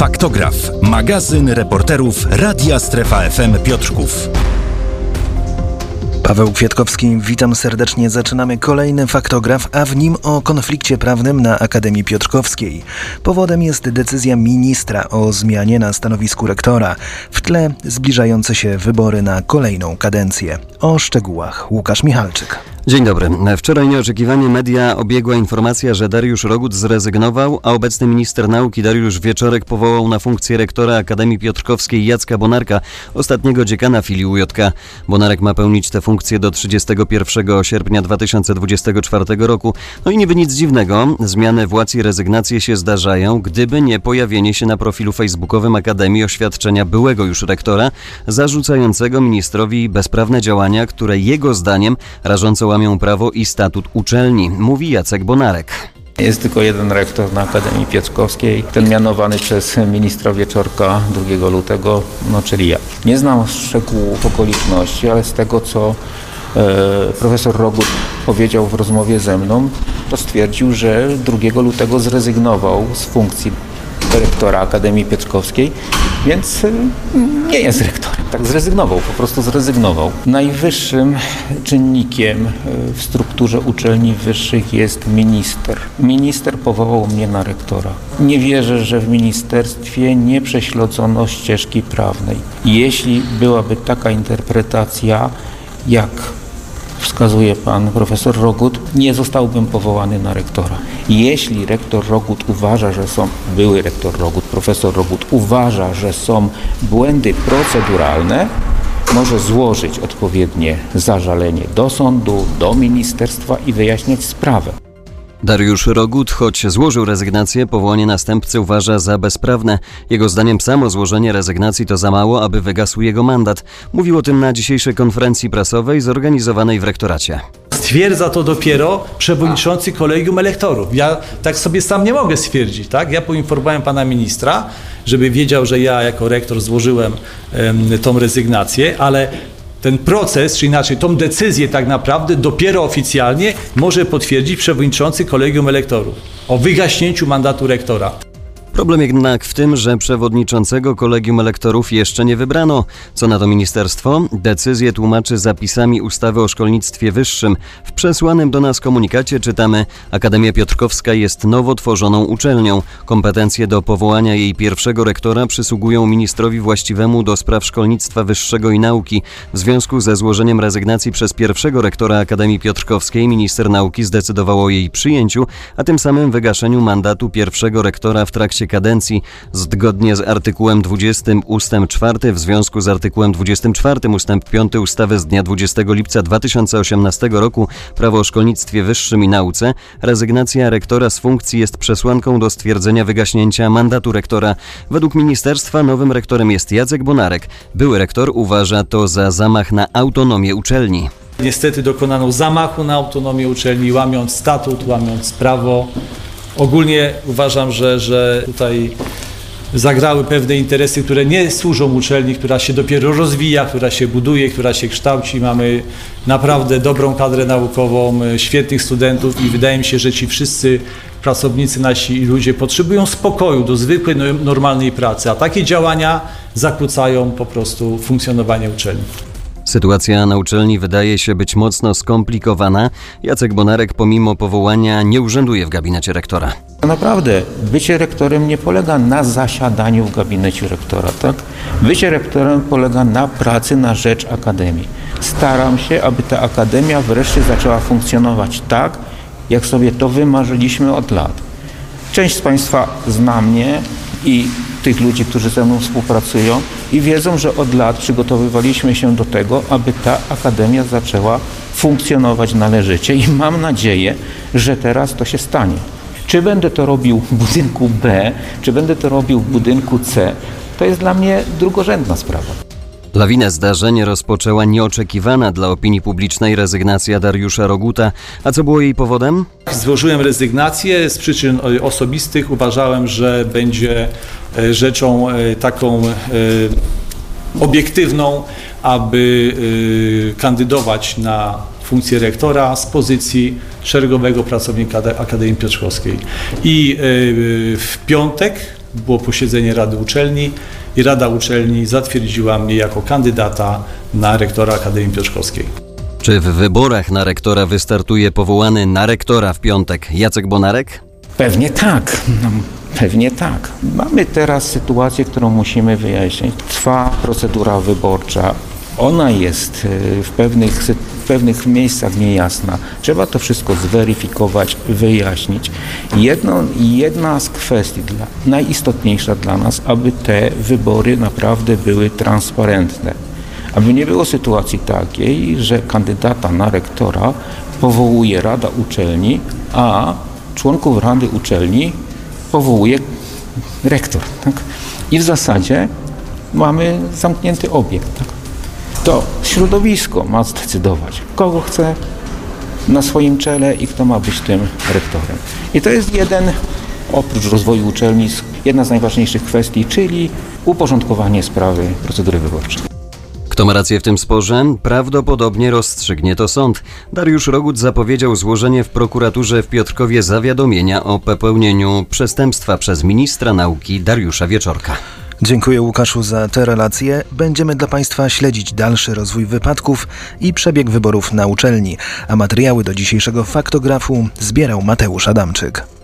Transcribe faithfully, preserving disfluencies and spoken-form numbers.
Faktograf, magazyn reporterów Radia Strefa F M Piotrków. Paweł Kwiatkowski, witam serdecznie. Zaczynamy kolejny faktograf, a w nim o konflikcie prawnym na Akademii Piotrkowskiej. Powodem jest decyzja ministra o zmianie na stanowisku rektora. W tle zbliżające się wybory na kolejną kadencję. O szczegółach Łukasz Michalczyk. Dzień dobry. Wczoraj nieoczekiwanie media obiegła informacja, że Dariusz Rogut zrezygnował, a obecny minister nauki Dariusz Wieczorek powołał na funkcję rektora Akademii Piotrkowskiej Jacka Bonarka, ostatniego dziekana filii U J K. Bonarek ma pełnić tę funkcję do trzydziestego pierwszego sierpnia dwa tysiące dwudziestego czwartego roku. No i niby nic dziwnego, zmiany władz i rezygnacje się zdarzają, gdyby nie pojawienie się na profilu facebookowym Akademii oświadczenia byłego już rektora, zarzucającego ministrowi bezprawne działania, które jego zdaniem rażąco łamią prawo i statut uczelni, mówi Jacek Bonarek. Jest tylko jeden rektor na Akademii Piotrkowskiej, ten mianowany przez ministra Wieczorka drugiego lutego, no czyli ja. Nie znam szczegółów okoliczności, ale z tego, co e, profesor Rogut powiedział w rozmowie ze mną, to stwierdził, że drugiego lutego zrezygnował z funkcji rektora Akademii Piotrkowskiej, więc nie jest rektorem. Tak zrezygnował, po prostu zrezygnował. Najwyższym czynnikiem w strukturze uczelni wyższych jest minister. Minister powołał mnie na rektora. Nie wierzę, że w ministerstwie nie prześledzono ścieżki prawnej. Jeśli byłaby taka interpretacja, jak wskazuje pan profesor Rogut, nie zostałbym powołany na rektora. Jeśli rektor Rogut uważa, że są, były rektor Rogut, profesor Rogut uważa, że są błędy proceduralne, może złożyć odpowiednie zażalenie do sądu, do ministerstwa i wyjaśniać sprawę. Dariusz Rogut, choć złożył rezygnację, powołanie następcy uważa za bezprawne. Jego zdaniem samo złożenie rezygnacji to za mało, aby wygasł jego mandat. Mówił o tym na dzisiejszej konferencji prasowej zorganizowanej w rektoracie. Stwierdza to dopiero przewodniczący kolegium elektorów. Ja tak sobie sam nie mogę stwierdzić, tak? Ja poinformowałem pana ministra, żeby wiedział, że ja jako rektor złożyłem um, tą rezygnację, ale ten proces, czy inaczej tą decyzję tak naprawdę dopiero oficjalnie może potwierdzić przewodniczący kolegium elektorów o wygaśnięciu mandatu rektora. Problem jednak w tym, że przewodniczącego kolegium elektorów jeszcze nie wybrano. Co na to ministerstwo? Decyzję tłumaczy zapisami ustawy o szkolnictwie wyższym. W przesłanym do nas komunikacie czytamy: Akademia Piotrkowska jest nowo tworzoną uczelnią. Kompetencje do powołania jej pierwszego rektora przysługują ministrowi właściwemu do spraw szkolnictwa wyższego i nauki. W związku ze złożeniem rezygnacji przez pierwszego rektora Akademii Piotrkowskiej minister nauki zdecydował o jej przyjęciu, a tym samym wygaszeniu mandatu pierwszego rektora w trakcie kadencji. Zgodnie z artykułem dwudziestym ustęp czwarty w związku z artykułem dwudziestym czwartym ustęp piąty ustawy z dnia dwudziestego lipca dwa tysiące osiemnastego roku Prawo o szkolnictwie wyższym i nauce rezygnacja rektora z funkcji jest przesłanką do stwierdzenia wygaśnięcia mandatu rektora. Według ministerstwa nowym rektorem jest Jacek Bonarek. Były rektor uważa to za zamach na autonomię uczelni. Niestety dokonano zamachu na autonomię uczelni, łamiąc statut, łamiąc prawo. Ogólnie uważam, że, że tutaj zagrały pewne interesy, które nie służą uczelni, która się dopiero rozwija, która się buduje, która się kształci. Mamy naprawdę dobrą kadrę naukową, świetnych studentów i wydaje mi się, że ci wszyscy pracownicy, nasi ludzie potrzebują spokoju do zwykłej, normalnej pracy, a takie działania zakłócają po prostu funkcjonowanie uczelni. Sytuacja na uczelni wydaje się być mocno skomplikowana. Jacek Bonarek pomimo powołania nie urzęduje w gabinecie rektora. Naprawdę, bycie rektorem nie polega na zasiadaniu w gabinecie rektora, tak? Bycie rektorem polega na pracy na rzecz akademii. Staram się, aby ta akademia wreszcie zaczęła funkcjonować tak, jak sobie to wymarzyliśmy od lat. Część z Państwa zna mnie i tych ludzi, którzy ze mną współpracują i wiedzą, że od lat przygotowywaliśmy się do tego, aby ta akademia zaczęła funkcjonować należycie i mam nadzieję, że teraz to się stanie. Czy będę to robił w budynku B, czy będę to robił w budynku C, to jest dla mnie drugorzędna sprawa. Lawinę zdarzeń rozpoczęła nieoczekiwana dla opinii publicznej rezygnacja Dariusza Roguta. A co było jej powodem? Złożyłem rezygnację z przyczyn osobistych. Uważałem, że będzie rzeczą taką obiektywną, aby kandydować na funkcję rektora z pozycji szeregowego pracownika Akademii Piotrkowskiej. I w piątek było posiedzenie Rady Uczelni i Rada Uczelni zatwierdziła mnie jako kandydata na rektora Akademii Piotrkowskiej. Czy w wyborach na rektora wystartuje powołany na rektora w piątek Jacek Bonarek? Pewnie tak. No, pewnie tak. Mamy teraz sytuację, którą musimy wyjaśnić. Trwa procedura wyborcza. Ona jest w pewnych, w pewnych miejscach niejasna. Trzeba to wszystko zweryfikować, wyjaśnić. Jedno, jedna z kwestii dla, najistotniejsza dla nas, aby te wybory naprawdę były transparentne. Aby nie było sytuacji takiej, że kandydata na rektora powołuje Rada Uczelni, a członków Rady Uczelni powołuje rektor. Tak? I w zasadzie mamy zamknięty obiekt. Tak? To środowisko ma zdecydować, kogo chce na swoim czele i kto ma być tym rektorem. I to jest jeden, oprócz rozwoju uczelni, jedna z najważniejszych kwestii, czyli uporządkowanie sprawy procedury wyborczej. Kto ma rację w tym sporze? Prawdopodobnie rozstrzygnie to sąd. Dariusz Rogut zapowiedział złożenie w prokuraturze w Piotrkowie zawiadomienia o popełnieniu przestępstwa przez ministra nauki Dariusza Wieczorka. Dziękuję Łukaszu za te relacje. Będziemy dla Państwa śledzić dalszy rozwój wypadków i przebieg wyborów na uczelni, a materiały do dzisiejszego faktografu zbierał Mateusz Adamczyk.